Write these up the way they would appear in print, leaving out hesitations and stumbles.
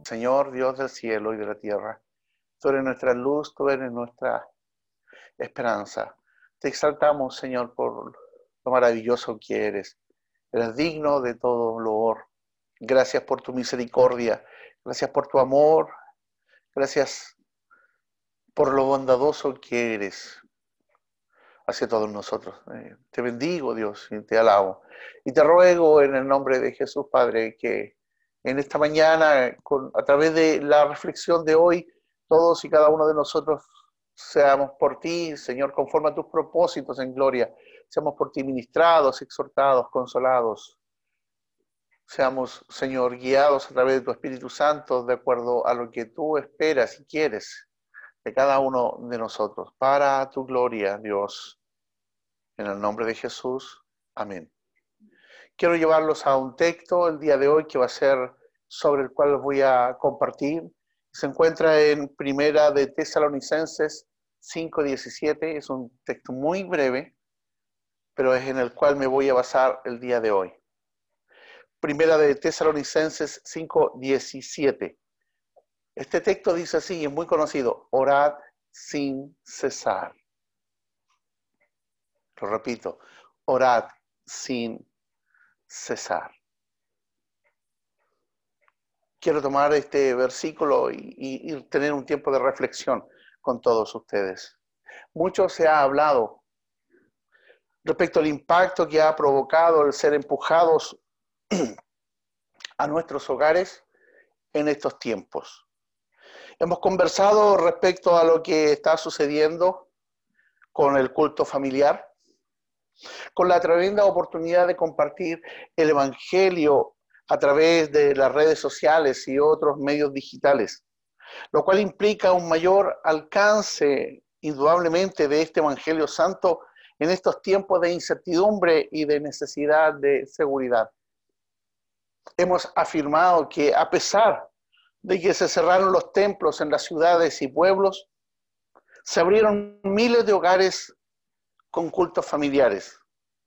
Señor Dios del cielo y de la tierra. Tú eres nuestra luz, tú eres nuestra esperanza. Te exaltamos, Señor, por lo maravilloso que eres. Eres digno de todo loor. Gracias por tu misericordia. Gracias por tu amor. Gracias por lo bondadoso que eres hacia todos nosotros. Te bendigo, Dios, y te alabo. Y te ruego en el nombre de Jesús, Padre, que en esta mañana, a través de la reflexión de hoy, todos y cada uno de nosotros seamos por ti, Señor, conforme a tus propósitos en gloria. Seamos por ti ministrados, exhortados, consolados. Seamos, Señor, guiados a través de tu Espíritu Santo, de acuerdo a lo que tú esperas y quieres de cada uno de nosotros. Para tu gloria, Dios. En el nombre de Jesús. Amén. Quiero llevarlos a un texto el día de hoy que va a ser sobre el cual voy a compartir. Se encuentra en Primera de Tesalonicenses 5:17. Es un texto muy breve, pero es en el cual me voy a basar el día de hoy. Primera de Tesalonicenses 5:17. Este texto dice así, es muy conocido: orad sin cesar. Lo repito, orad sin cesar. Quiero tomar este versículo y tener un tiempo de reflexión con todos ustedes. Mucho se ha hablado respecto al impacto que ha provocado el ser empujados a nuestros hogares en estos tiempos. Hemos conversado respecto a lo que está sucediendo con el culto familiar, con la tremenda oportunidad de compartir el Evangelio a través de las redes sociales y otros medios digitales, lo cual implica un mayor alcance, indudablemente, de este Evangelio Santo en estos tiempos de incertidumbre y de necesidad de seguridad. Hemos afirmado que a pesar de que se cerraron los templos en las ciudades y pueblos, se abrieron miles de hogares con cultos familiares.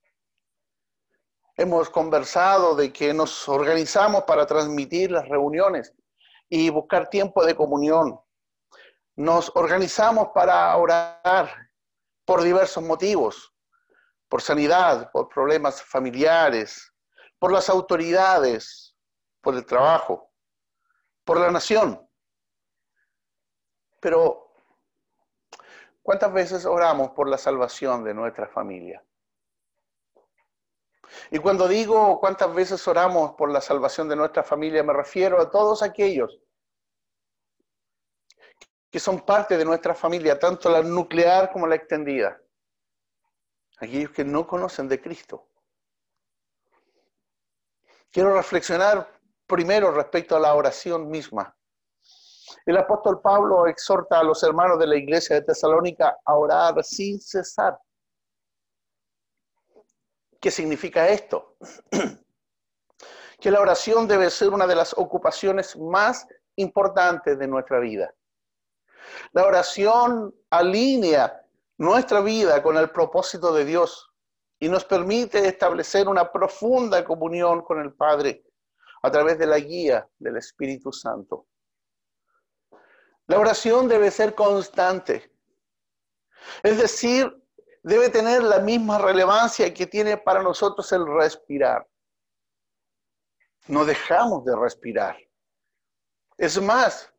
Hemos conversado de que nos organizamos para transmitir las reuniones y buscar tiempo de comunión. Nos organizamos para orar por diversos motivos, por sanidad, por problemas familiares, por las autoridades, por el trabajo, por la nación. Pero, ¿cuántas veces oramos por la salvación de nuestra familia? Y cuando digo cuántas veces oramos por la salvación de nuestra familia, me refiero a todos aquellos que son parte de nuestra familia, tanto la nuclear como la extendida. Aquellos que no conocen de Cristo. Quiero reflexionar primero respecto a la oración misma. El apóstol Pablo exhorta a los hermanos de la iglesia de Tesalónica a orar sin cesar. ¿Qué significa esto? Que la oración debe ser una de las ocupaciones más importantes de nuestra vida. La oración alinea nuestra vida con el propósito de Dios y nos permite establecer una profunda comunión con el Padre a través de la guía del Espíritu Santo. La oración debe ser constante, es decir, debe tener la misma relevancia que tiene para nosotros el respirar. No dejamos de respirar. Es más,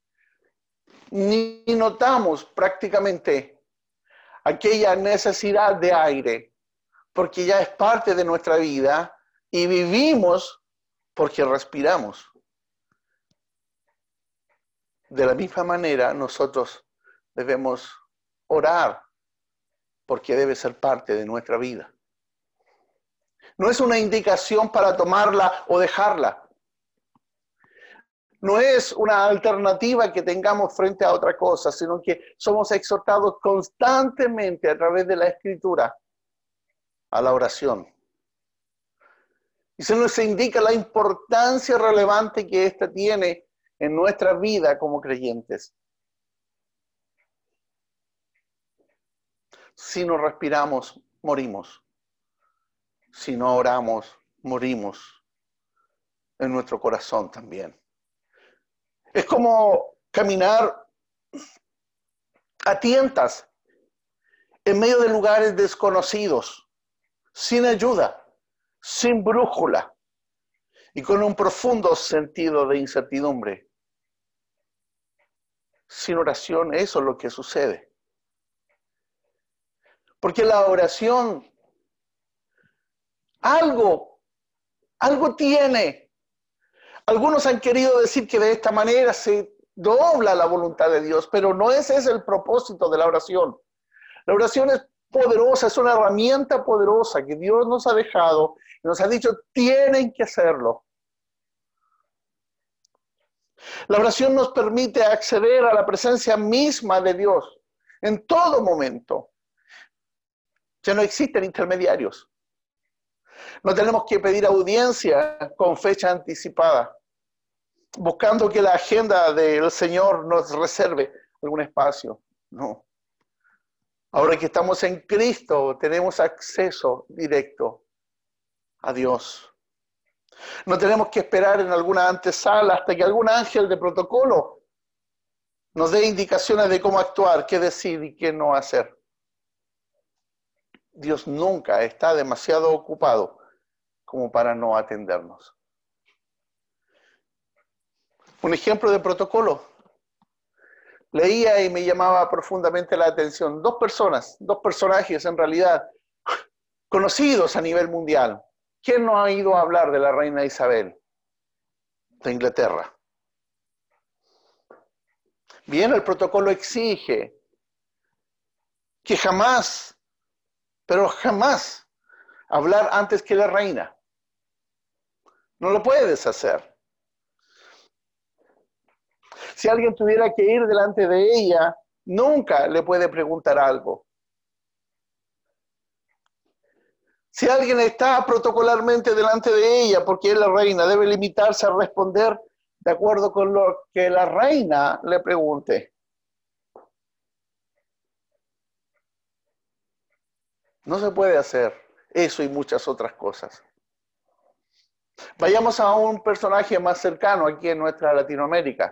ni notamos prácticamente aquella necesidad de aire, porque ya es parte de nuestra vida y vivimos porque respiramos. De la misma manera, nosotros debemos orar porque debe ser parte de nuestra vida. No es una indicación para tomarla o dejarla. No es una alternativa que tengamos frente a otra cosa, sino que somos exhortados constantemente a través de la Escritura a la oración. Y se nos indica la importancia relevante que ésta tiene en nuestra vida como creyentes. Si no respiramos, morimos. Si no oramos, morimos en nuestro corazón también. Es como caminar a tientas en medio de lugares desconocidos, sin ayuda, sin brújula y con un profundo sentido de incertidumbre. Sin oración, eso es lo que sucede. Porque la oración algo tiene. Algunos han querido decir que de esta manera se dobla la voluntad de Dios, pero no ese es el propósito de la oración. La oración es poderosa, es una herramienta poderosa que Dios nos ha dejado y nos ha dicho, tienen que hacerlo. La oración nos permite acceder a la presencia misma de Dios en todo momento. Ya no existen intermediarios. No tenemos que pedir audiencia con fecha anticipada, buscando que la agenda del Señor nos reserve algún espacio. No. Ahora que estamos en Cristo, tenemos acceso directo a Dios. No tenemos que esperar en alguna antesala hasta que algún ángel de protocolo nos dé indicaciones de cómo actuar, qué decir y qué no hacer. Dios nunca está demasiado ocupado como para no atendernos. Un ejemplo de protocolo. Leía y me llamaba profundamente la atención. Dos personajes en realidad conocidos a nivel mundial. ¿Quién no ha ido a hablar de la reina Isabel de Inglaterra? Bien, el protocolo exige que jamás, pero jamás, hablar antes que la reina. No lo puedes hacer. Si alguien tuviera que ir delante de ella, nunca le puede preguntar algo. Si alguien está protocolarmente delante de ella, porque es la reina, debe limitarse a responder de acuerdo con lo que la reina le pregunte. No se puede hacer eso y muchas otras cosas. Vayamos a un personaje más cercano aquí en nuestra Latinoamérica.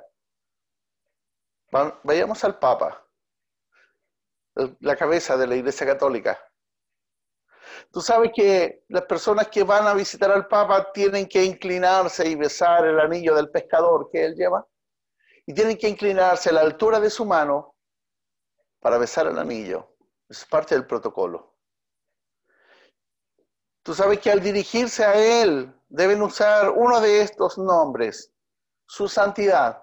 Vayamos al Papa, la cabeza de la Iglesia Católica. Tú sabes que las personas que van a visitar al Papa tienen que inclinarse y besar el anillo del pescador que él lleva. Y tienen que inclinarse a la altura de su mano para besar el anillo. Es parte del protocolo. Tú sabes que al dirigirse a él deben usar uno de estos nombres. Su santidad.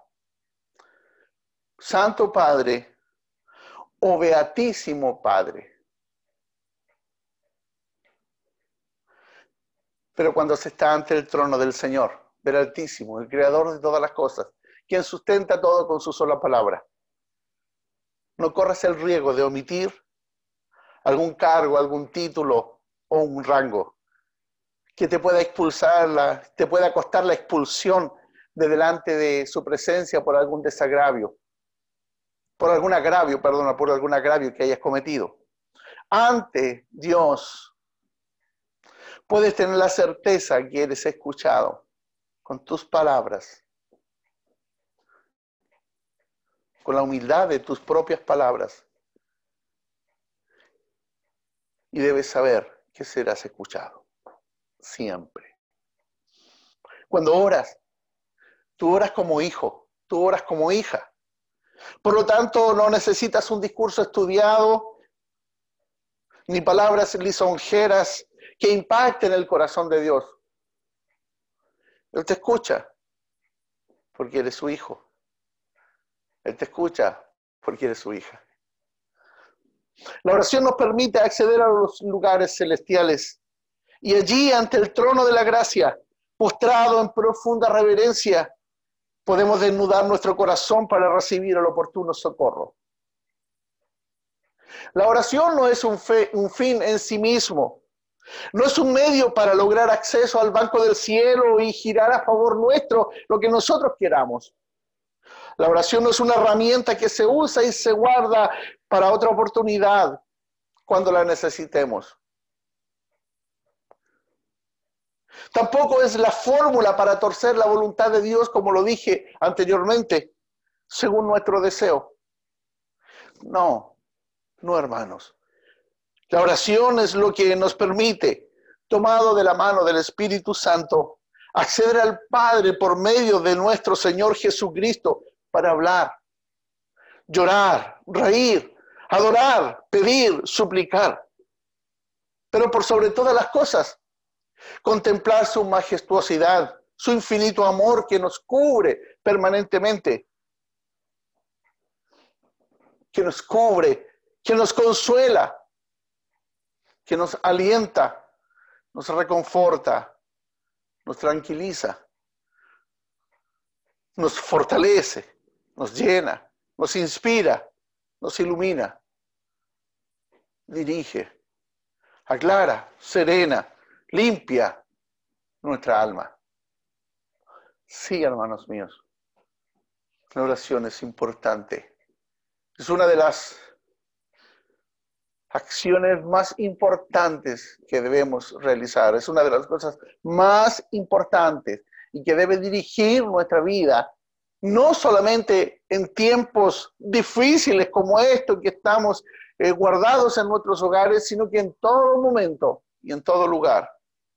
Santo Padre o Beatísimo Padre. Pero cuando se está ante el trono del Señor, del Altísimo, el Creador de todas las cosas, quien sustenta todo con su sola palabra, no corres el riesgo de omitir algún cargo, algún título o un rango que te pueda expulsar, te pueda costar la expulsión de delante de su presencia por algún desagravio, por algún agravio que hayas cometido. Ante Dios, puedes tener la certeza que eres escuchado con tus palabras, con la humildad de tus propias palabras. Y debes saber que serás escuchado, siempre. Cuando oras, tú oras como hijo, tú oras como hija. Por lo tanto, no necesitas un discurso estudiado, ni palabras lisonjeras que impacten el corazón de Dios. Él te escucha porque eres su hijo. Él te escucha porque eres su hija. La oración nos permite acceder a los lugares celestiales y allí, ante el trono de la gracia, postrado en profunda reverencia, podemos desnudar nuestro corazón para recibir el oportuno socorro. La oración no es un fin en sí mismo. No es un medio para lograr acceso al banco del cielo y girar a favor nuestro lo que nosotros queramos. La oración no es una herramienta que se usa y se guarda para otra oportunidad cuando la necesitemos. Tampoco es la fórmula para torcer la voluntad de Dios, como lo dije anteriormente. según nuestro deseo. No, no, hermanos. La oración es lo que nos permite, tomado de la mano del Espíritu Santo, acceder al Padre por medio de nuestro Señor Jesucristo para hablar, llorar, reír, adorar, pedir, suplicar. Pero por sobre todas las cosas, contemplar su majestuosidad, su infinito amor que nos cubre permanentemente, que nos cubre, que nos consuela, que nos alienta, nos reconforta, nos tranquiliza, nos fortalece, nos llena, nos inspira, nos ilumina, dirige, aclara, serena, limpia nuestra alma. Sí, hermanos míos, la oración es importante. Es una de las acciones más importantes que debemos realizar. Es una de las cosas más importantes y que debe dirigir nuestra vida, no solamente en tiempos difíciles como estos que estamos guardados en nuestros hogares, sino que en todo momento y en todo lugar.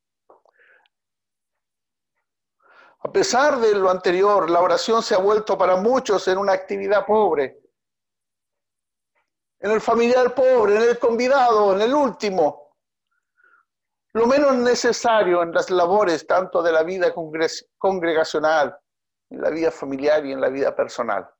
A pesar de lo anterior, la oración se ha vuelto para muchos en una actividad pobre, en el familiar pobre, en el convidado, en el último, lo menos necesario en las labores tanto de la vida congregacional, en la vida familiar y en la vida personal.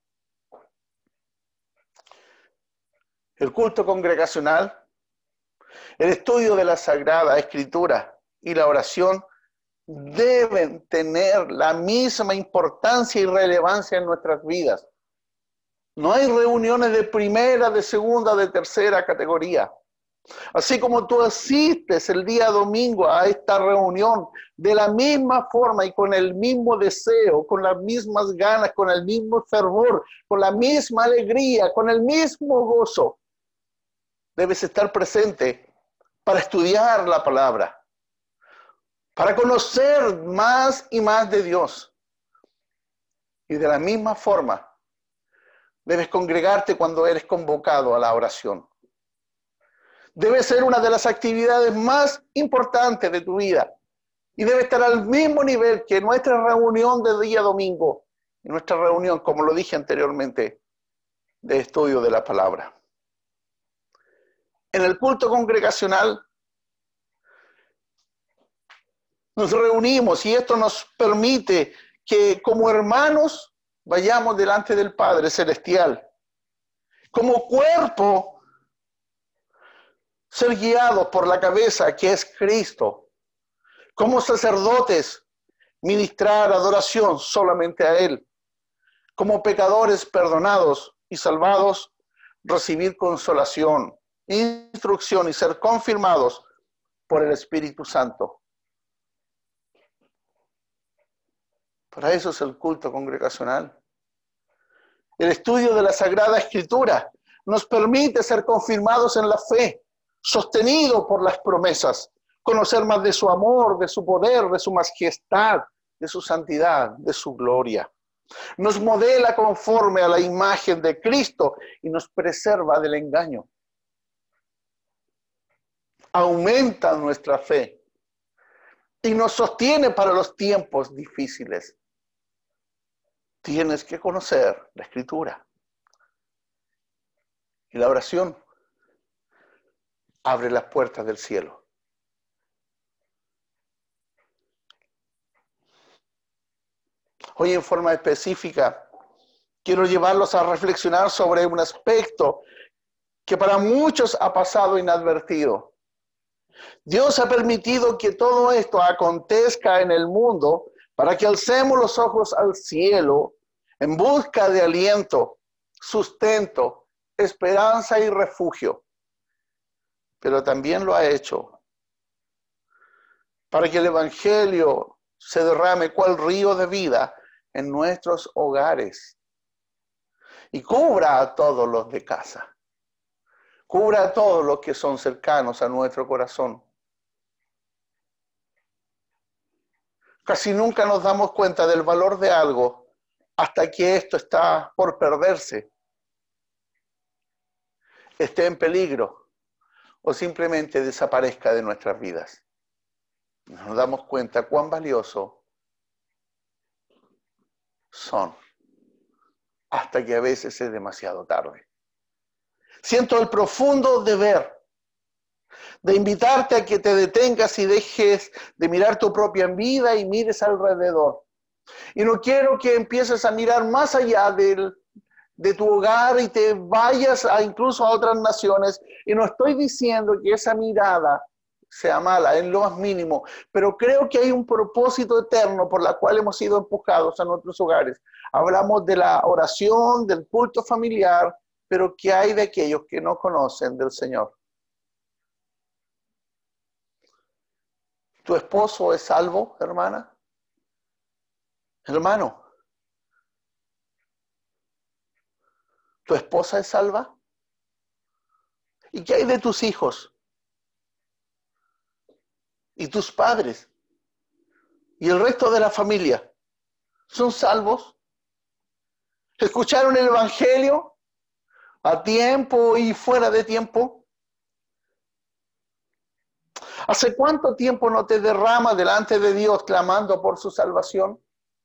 El culto congregacional, el estudio de la Sagrada Escritura y la oración deben tener la misma importancia y relevancia en nuestras vidas. No hay reuniones de primera, de segunda, de tercera categoría. Así como tú asistes el día domingo a esta reunión de la misma forma y con el mismo deseo, con las mismas ganas, con el mismo fervor, con la misma alegría, con el mismo gozo, debes estar presente para estudiar la palabra, para conocer más y más de Dios. Y de la misma forma, debes congregarte cuando eres convocado a la oración. Debe ser una de las actividades más importantes de tu vida y debe estar al mismo nivel que nuestra reunión de día domingo, y nuestra reunión, como lo dije anteriormente, de estudio de la palabra. En el culto congregacional nos reunimos y esto nos permite que como hermanos vayamos delante del Padre Celestial. Como cuerpo, ser guiados por la cabeza que es Cristo. Como sacerdotes, ministrar adoración solamente a Él. Como pecadores perdonados y salvados, recibir consolación, instrucción y ser confirmados por el Espíritu Santo. Para eso es el culto congregacional. El estudio de la Sagrada Escritura nos permite ser confirmados en la fe, sostenidos por las promesas, conocer más de su amor, de su poder, de su majestad, de su santidad, de su gloria. Nos modela conforme a la imagen de Cristo y nos preserva del engaño. Aumenta nuestra fe y nos sostiene para los tiempos difíciles. Tienes que conocer la Escritura. Y la oración abre las puertas del cielo. Hoy en forma específica quiero llevarlos a reflexionar sobre un aspecto que para muchos ha pasado inadvertido. Dios ha permitido que todo esto acontezca en el mundo para que alcemos los ojos al cielo en busca de aliento, sustento, esperanza y refugio. Pero también lo ha hecho para que el Evangelio se derrame cual río de vida en nuestros hogares y cubra a todos los de casa. Cubra a todos los que son cercanos a nuestro corazón. Casi nunca nos damos cuenta del valor de algo hasta que esto está por perderse, esté en peligro o simplemente desaparezca de nuestras vidas. Nos damos cuenta cuán valioso son, hasta que a veces es demasiado tarde. Siento el profundo deber de invitarte a que te detengas y dejes de mirar tu propia vida y mires alrededor. Y no quiero que empieces a mirar más allá de tu hogar y te vayas incluso a otras naciones. Y no estoy diciendo que esa mirada sea mala, en lo más mínimo, pero creo que hay un propósito eterno por la cual hemos sido empujados a nuestros hogares. Hablamos de la oración, del culto familiar, pero ¿qué hay de aquellos que no conocen del Señor? ¿Tu esposo es salvo, hermana? Hermano, ¿tu esposa es salva? ¿Y qué hay de tus hijos? ¿Y tus padres? ¿Y el resto de la familia? ¿Son salvos? ¿Escucharon el Evangelio a tiempo y fuera de tiempo? ¿Hace cuánto tiempo no te derramas delante de Dios clamando por su salvación?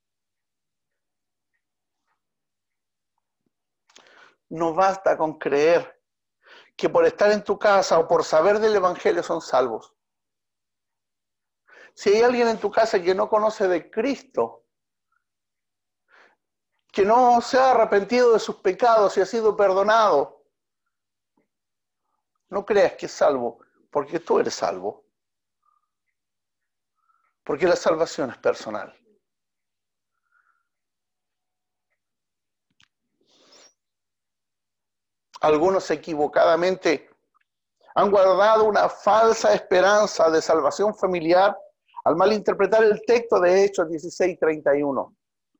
No basta con creer que por estar en tu casa o por saber del Evangelio son salvos. Si hay alguien en tu casa que no conoce de Cristo, que no se ha arrepentido de sus pecados y ha sido perdonado, no creas que es salvo, porque tú eres salvo. Porque la salvación es personal. Algunos equivocadamente han guardado una falsa esperanza de salvación familiar al malinterpretar el texto de Hechos 16:31.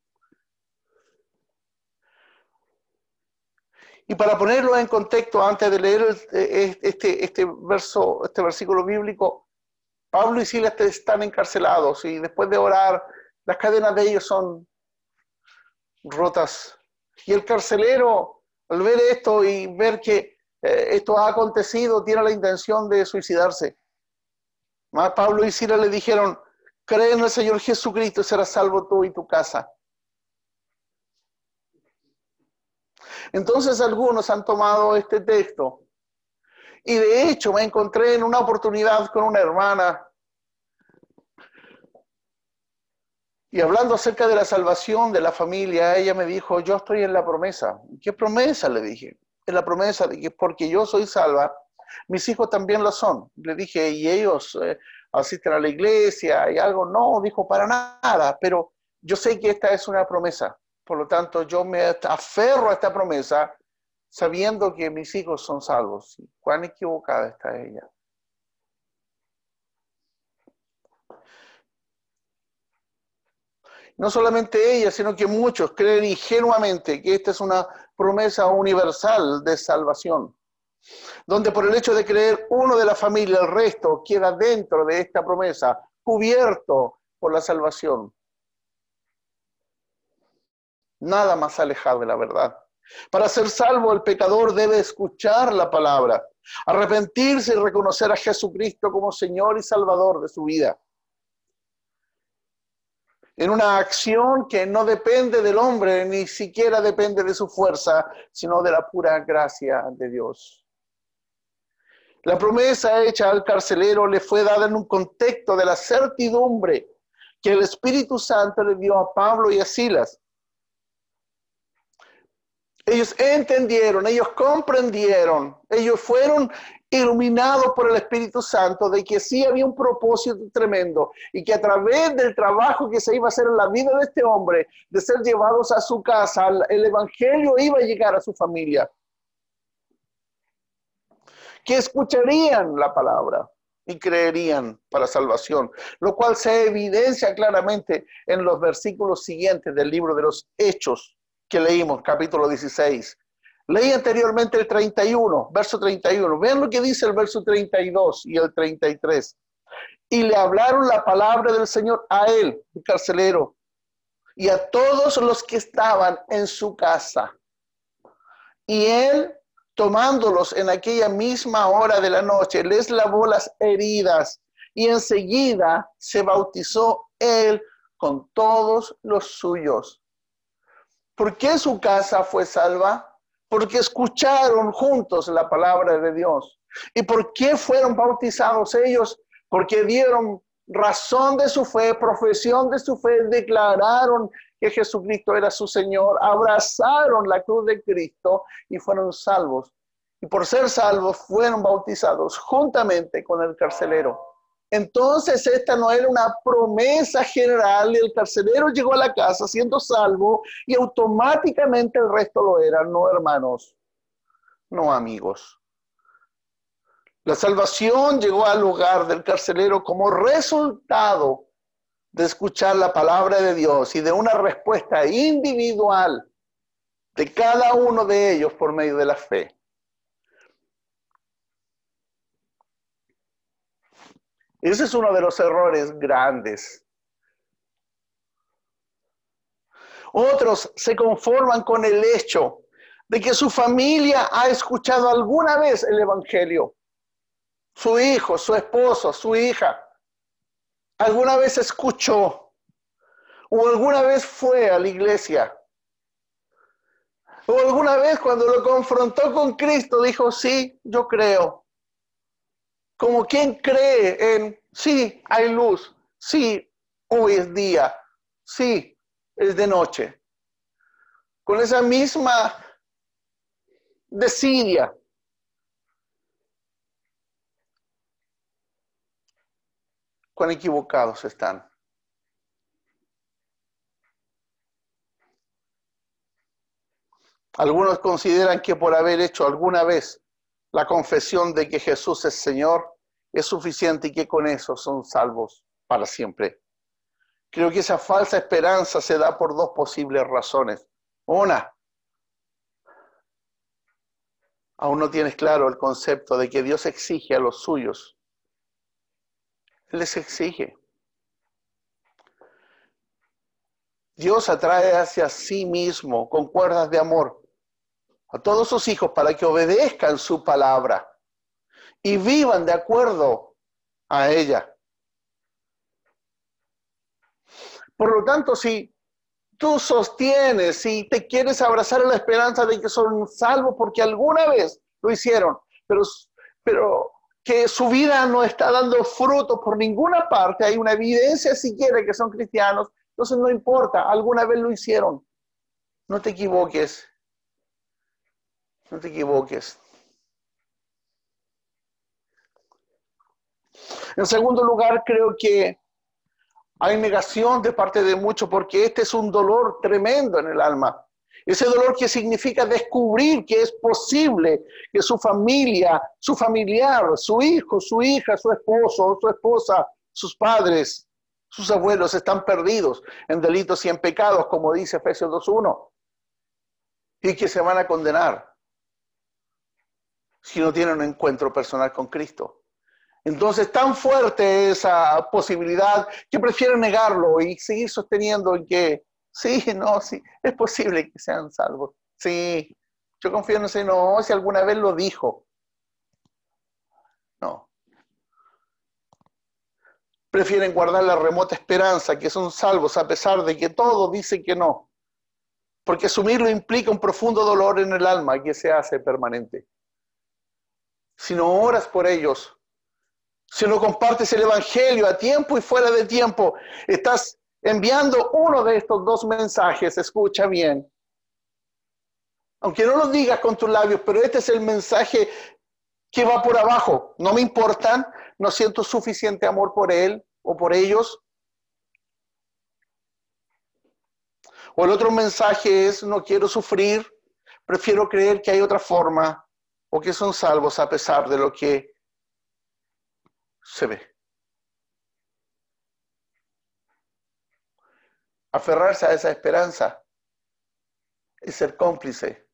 Y para ponerlo en contexto, antes de leer este versículo bíblico, Pablo y Silas están encarcelados y después de orar, las cadenas de ellos son rotas. Y el carcelero, al ver esto y ver que esto ha acontecido, tiene la intención de suicidarse. Más Pablo y Silas le dijeron, cree en el Señor Jesucristo y serás salvo tú y tu casa. Entonces algunos han tomado este texto y de hecho me encontré en una oportunidad con una hermana y hablando acerca de la salvación de la familia, ella me dijo, yo estoy en la promesa. ¿Qué promesa? Le dije. En la promesa de que porque yo soy salva, mis hijos también lo son. Le dije, ¿y ellos asisten a la iglesia y algo? No, dijo, para nada, pero yo sé que esta es una promesa. Por lo tanto, yo me aferro a esta promesa sabiendo que mis hijos son salvos. ¿Cuán equivocada está ella? No solamente ella, sino que muchos creen ingenuamente que esta es una promesa universal de salvación, donde por el hecho de creer uno de la familia, el resto queda dentro de esta promesa, cubierto por la salvación. Nada más alejado de la verdad. Para ser salvo, el pecador debe escuchar la palabra, arrepentirse y reconocer a Jesucristo como Señor y Salvador de su vida. En una acción que no depende del hombre, ni siquiera depende de su fuerza, sino de la pura gracia de Dios. La promesa hecha al carcelero le fue dada en un contexto de la certidumbre que el Espíritu Santo le dio a Pablo y a Silas. Ellos entendieron, ellos comprendieron, ellos fueron iluminados por el Espíritu Santo de que sí había un propósito tremendo y que a través del trabajo que se iba a hacer en la vida de este hombre, de ser llevados a su casa, el Evangelio iba a llegar a su familia. Que escucharían la palabra y creerían para salvación, lo cual se evidencia claramente en los versículos siguientes del libro de los Hechos que leímos, capítulo 16. Leí anteriormente el 31, verso 31. Vean lo que dice el verso 32 y el 33. Y le hablaron la palabra del Señor a él, el carcelero. y a todos los que estaban en su casa. Y él, tomándolos en aquella misma hora de la noche, les lavó las heridas y enseguida se bautizó él con todos los suyos. ¿Por qué su casa fue salva? Porque escucharon juntos la palabra de Dios. ¿Y por qué fueron bautizados ellos? Porque dieron razón de su fe, profesión de su fe, declararon que Jesucristo era su Señor, abrazaron la cruz de Cristo y fueron salvos. Y por ser salvos fueron bautizados juntamente con el carcelero. Entonces esta no era una promesa general, el carcelero llegó a la casa siendo salvo y automáticamente el resto lo eran, no hermanos, no amigos. La salvación llegó al hogar del carcelero como resultado de escuchar la palabra de Dios y de una respuesta individual de cada uno de ellos por medio de la fe. Ese es uno de los errores grandes. Otros se conforman con el hecho de que su familia ha escuchado alguna vez el Evangelio. Su hijo, su esposo, su hija, alguna vez escuchó o alguna vez fue a la iglesia. O alguna vez cuando lo confrontó con Cristo dijo, sí, yo creo. Como quien cree en, sí, hay luz, sí, hoy es día, sí, es de noche. Con esa misma desidia. Cuán equivocados están. Algunos consideran que por haber hecho alguna vez la confesión de que Jesús es Señor, es suficiente y que con eso son salvos para siempre. Creo que esa falsa esperanza se da por dos posibles razones. Una, aún no tienes claro el concepto de que Dios exige a los suyos. Él les exige. Dios atrae hacia sí mismo con cuerdas de amor a todos sus hijos para que obedezcan su palabra y vivan de acuerdo a ella. Por lo tanto, si tú sostienes, si te quieres abrazar a la esperanza de que son salvos porque alguna vez lo hicieron, pero que su vida no está dando fruto por ninguna parte, hay una evidencia siquiera que son cristianos, entonces no importa, alguna vez lo hicieron. No te equivoques, no te equivoques. En segundo lugar, creo que hay negación de parte de muchos porque este es un dolor tremendo en el alma. Ese dolor que significa descubrir que es posible que su familia, su familiar, su hijo, su hija, su esposo, su esposa, sus padres, sus abuelos están perdidos en delitos y en pecados, como dice Efesios 2:1, y que se van a condenar si no tienen un encuentro personal con Cristo. Entonces, tan fuerte esa posibilidad que prefieren negarlo y seguir sosteniendo en que sí, no, sí, es posible que sean salvos. Sí, yo confío en ese, no, si alguna vez lo dijo. No. Prefieren guardar la remota esperanza que son salvos a pesar de que todo dice que no. Porque asumirlo implica un profundo dolor en el alma que se hace permanente. Si no oras por ellos, si no compartes el Evangelio a tiempo y fuera de tiempo, estás enviando uno de estos dos mensajes, escucha bien. Aunque no lo digas con tus labios, pero este es el mensaje que va por abajo. No me importan, no siento suficiente amor por él o por ellos. O el otro mensaje es, no quiero sufrir, prefiero creer que hay otra forma o que son salvos a pesar de lo que se ve. Aferrarse a esa esperanza es ser cómplice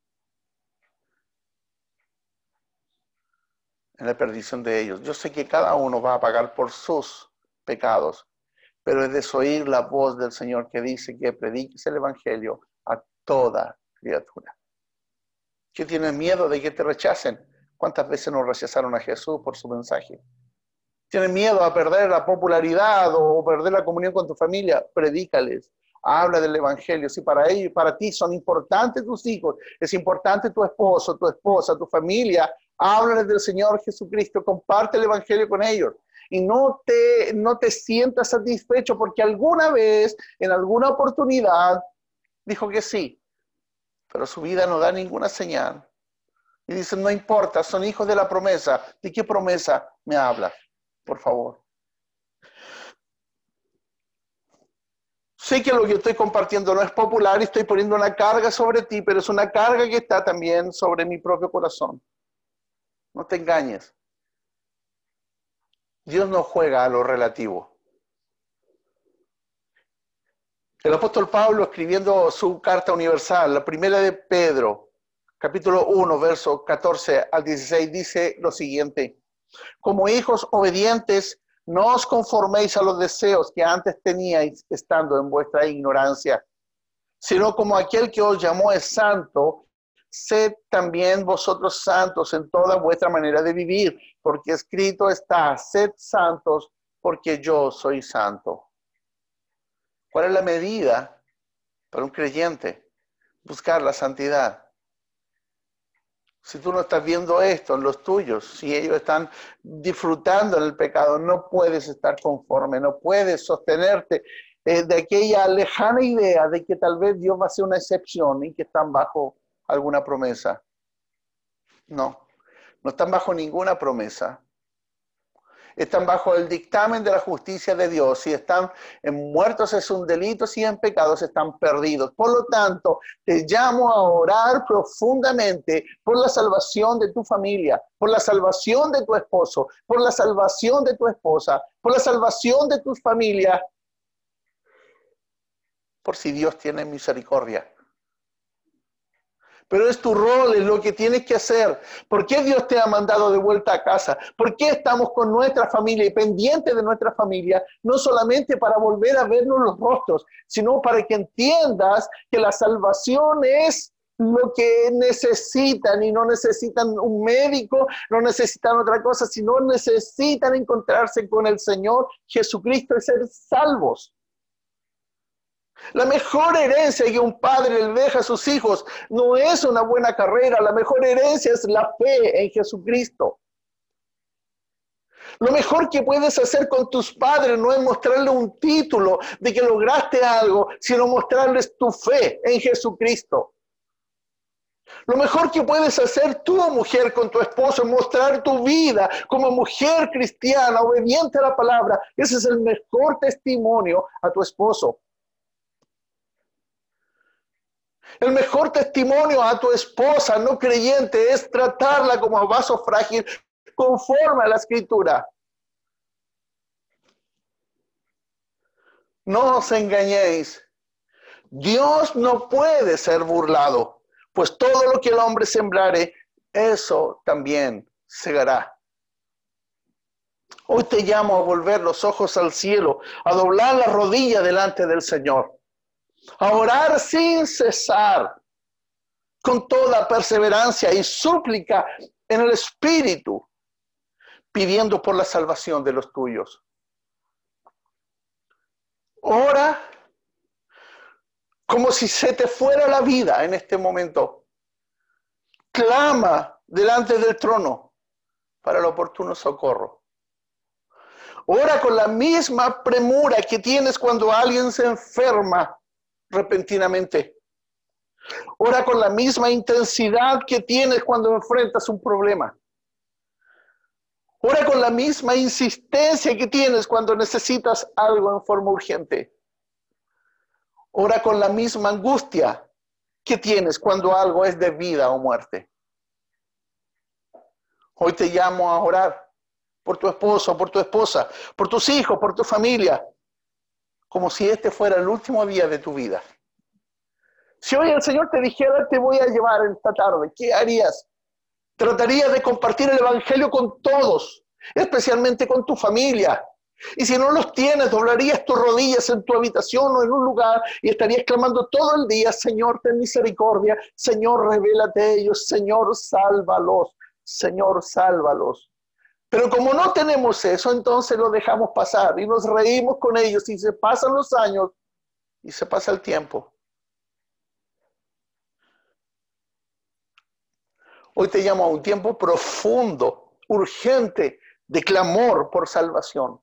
en la perdición de ellos. Yo sé que cada uno va a pagar por sus pecados, pero es desoír la voz del Señor que dice que prediques el Evangelio a toda criatura. ¿Qué tienes miedo de que te rechacen? ¿Cuántas veces nos rechazaron a Jesús por su mensaje? ¿Tienes miedo a perder la popularidad o perder la comunión con tu familia? Predícales, habla del Evangelio. Si para ellos, para ti son importantes tus hijos, es importante tu esposo, tu esposa, tu familia, háblales del Señor Jesucristo, comparte el Evangelio con ellos. Y no te sientas satisfecho porque alguna vez, en alguna oportunidad, dijo que sí, pero su vida no da ninguna señal. Y dicen, no importa, son hijos de la promesa. ¿De qué promesa me hablas? Por favor. Sé que lo que estoy compartiendo no es popular y estoy poniendo una carga sobre ti, pero es una carga que está también sobre mi propio corazón. No te engañes. Dios no juega a lo relativo. El apóstol Pablo, escribiendo su carta universal, la primera de Pedro, capítulo 1, versos 14 al 16, dice lo siguiente: como hijos obedientes, no os conforméis a los deseos que antes teníais estando en vuestra ignorancia, sino como aquel que os llamó es santo, sed también vosotros santos en toda vuestra manera de vivir, porque escrito está, sed santos, porque yo soy santo. ¿Cuál es la medida para un creyente? Buscar la santidad. Si tú no estás viendo esto en los tuyos, si ellos están disfrutando en el pecado, no puedes estar conforme, no puedes sostenerte de aquella lejana idea de que tal vez Dios va a ser una excepción y que están bajo alguna promesa. No, no están bajo ninguna promesa. Están bajo el dictamen de la justicia de Dios. Si están muertos es un delito, si en pecados están perdidos. Por lo tanto, te llamo a orar profundamente por la salvación de tu familia, por la salvación de tu esposo, por la salvación de tu esposa, por la salvación de tu familia, por si Dios tiene misericordia. Pero es tu rol, es lo que tienes que hacer. ¿Por qué Dios te ha mandado de vuelta a casa? ¿Por qué estamos con nuestra familia y pendientes de nuestra familia? No solamente para volver a vernos los rostros, sino para que entiendas que la salvación es lo que necesitan y no necesitan un médico, no necesitan otra cosa, sino necesitan encontrarse con el Señor Jesucristo y ser salvos. La mejor herencia que un padre le deja a sus hijos no es una buena carrera, la mejor herencia es la fe en Jesucristo. Lo mejor que puedes hacer con tus padres no es mostrarle un título de que lograste algo, sino mostrarles tu fe en Jesucristo. Lo mejor que puedes hacer tú, mujer, con tu esposo, es mostrar tu vida como mujer cristiana, obediente a la palabra. Ese es el mejor testimonio a tu esposo. El mejor testimonio a tu esposa no creyente es tratarla como vaso frágil conforme a la Escritura. No os engañéis. Dios no puede ser burlado, pues todo lo que el hombre sembrare, eso también segará. Hoy te llamo a volver los ojos al cielo, a doblar la rodilla delante del Señor, a orar sin cesar, con toda perseverancia y súplica en el Espíritu, pidiendo por la salvación de los tuyos. Ora como si se te fuera la vida en este momento. Clama delante del trono para el oportuno socorro. Ora con la misma premura que tienes cuando alguien se enferma repentinamente. Ora con la misma intensidad que tienes cuando enfrentas un problema. Ora con la misma insistencia que tienes cuando necesitas algo en forma urgente. Ora con la misma angustia que tienes cuando algo es de vida o muerte. Hoy te llamo a orar por tu esposo, por tu esposa, por tus hijos, por tu familia, como si este fuera el último día de tu vida. Si hoy el Señor te dijera, te voy a llevar esta tarde, ¿qué harías? Tratarías de compartir el Evangelio con todos, especialmente con tu familia. Y si no los tienes, doblarías tus rodillas en tu habitación o en un lugar y estarías clamando todo el día, Señor, ten misericordia, Señor, revélate a ellos, Señor, sálvalos, Señor, sálvalos. Pero como no tenemos eso, entonces lo dejamos pasar y nos reímos con ellos y se pasan los años y se pasa el tiempo. Hoy te llamo a un tiempo profundo, urgente, de clamor por salvación.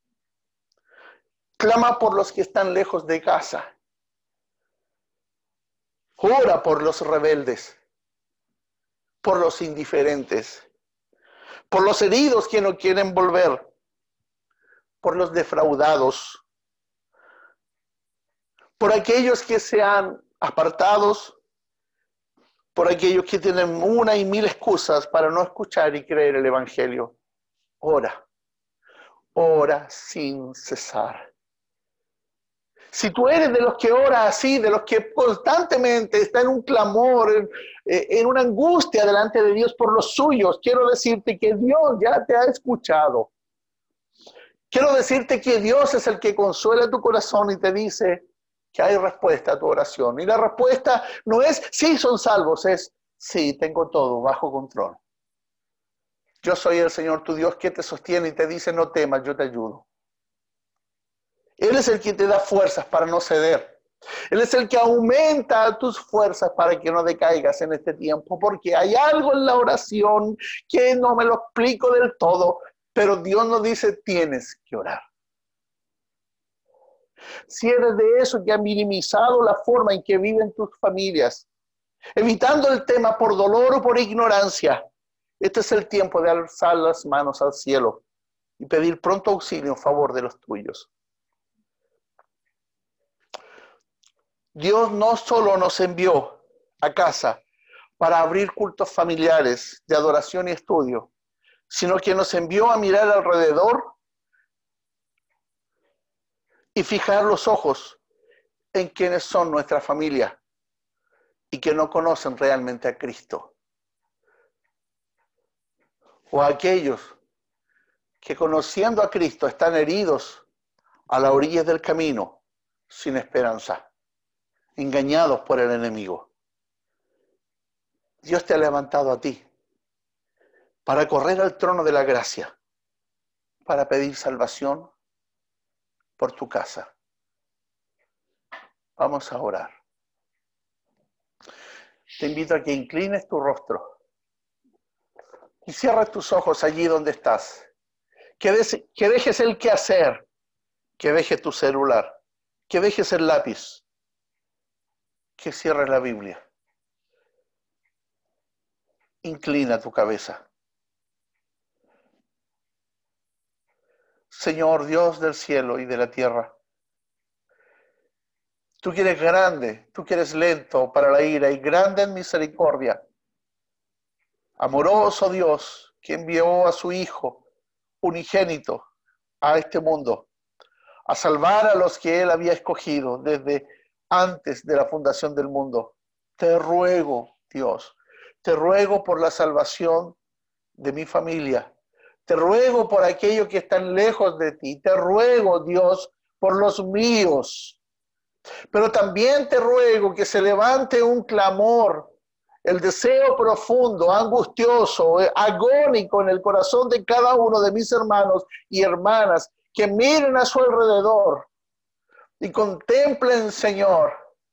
Clama por los que están lejos de casa. Ora por los rebeldes, por los indiferentes, por los heridos que no quieren volver, por los defraudados, por aquellos que se han apartados, por aquellos que tienen una y mil excusas para no escuchar y creer el Evangelio. Ora, ora sin cesar. Si tú eres de los que ora así, de los que constantemente está en un clamor, en una angustia delante de Dios por los suyos, quiero decirte que Dios ya te ha escuchado. Quiero decirte que Dios es el que consuela tu corazón y te dice que hay respuesta a tu oración. Y la respuesta no es sí son salvos, es sí, tengo todo bajo control. Yo soy el Señor tu Dios que te sostiene y te dice no temas, yo te ayudo. Él es el que te da fuerzas para no ceder. Él es el que aumenta tus fuerzas para que no decaigas en este tiempo, porque hay algo en la oración que no me lo explico del todo, pero Dios nos dice tienes que orar. Si eres de esos que han minimizado la forma en que viven tus familias, evitando el tema por dolor o por ignorancia, este es el tiempo de alzar las manos al cielo y pedir pronto auxilio en favor de los tuyos. Dios no solo nos envió a casa para abrir cultos familiares de adoración y estudio, sino que nos envió a mirar alrededor y fijar los ojos en quienes son nuestra familia y que no conocen realmente a Cristo. O a aquellos que conociendo a Cristo están heridos a la orilla del camino sin esperanza, engañados por el enemigo. Dios te ha levantado a ti para correr al trono de la gracia, para pedir salvación por tu casa. Vamos a orar. Te invito a que inclines tu rostro y cierres tus ojos allí donde estás. Que dejes el quehacer, que dejes tu celular, que dejes el lápiz, que cierres la Biblia. Inclina tu cabeza. Señor Dios del cielo y de la tierra, tú que eres grande, tú que eres lento para la ira y grande en misericordia. Amoroso Dios que envió a su Hijo unigénito a este mundo, a salvar a los que Él había escogido desde antes de la fundación del mundo. Te ruego, Dios, te ruego por la salvación de mi familia. Te ruego por aquellos que están lejos de ti. Te ruego, Dios, por los míos. Pero también te ruego que se levante un clamor, el deseo profundo, angustioso, agónico en el corazón de cada uno de mis hermanos y hermanas que miren a su alrededor y contemplen, Señor,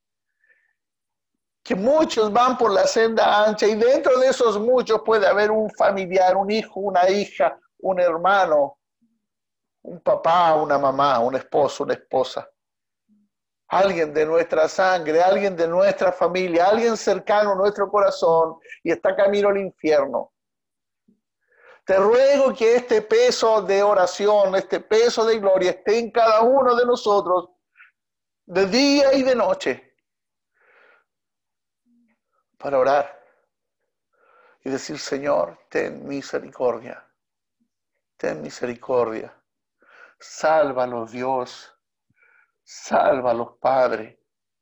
que muchos van por la senda ancha y dentro de esos muchos puede haber un familiar, un hijo, una hija, un hermano, un papá, una mamá, un esposo, una esposa. Alguien de nuestra sangre, alguien de nuestra familia, alguien cercano a nuestro corazón y está camino al infierno. Te ruego que este peso de oración, este peso de gloria esté en cada uno de nosotros de día y de noche para orar y decir, Señor, ten misericordia, ten misericordia. Sálvalos, Dios, sálvalos, Padre.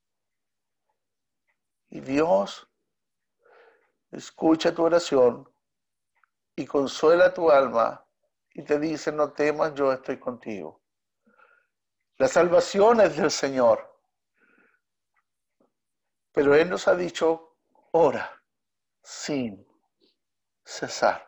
Y Dios escucha tu oración y consuela tu alma y te dice, no temas, yo estoy contigo. La salvación es del Señor, pero Él nos ha dicho, ora sin cesar.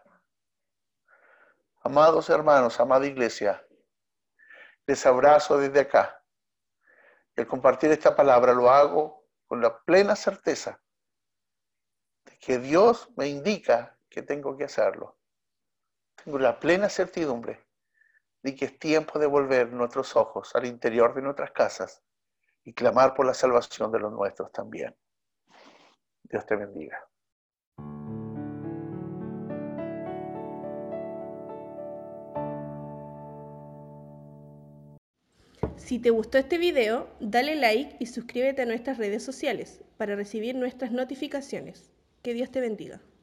Amados hermanos, amada iglesia, les abrazo desde acá. El compartir esta palabra lo hago con la plena certeza de que Dios me indica que tengo que hacerlo. Tengo la plena certidumbre de que es tiempo de volver nuestros ojos al interior de nuestras casas y clamar por la salvación de los nuestros también. Dios te bendiga. Si te gustó este video, dale like y suscríbete a nuestras redes sociales para recibir nuestras notificaciones. Que Dios te bendiga.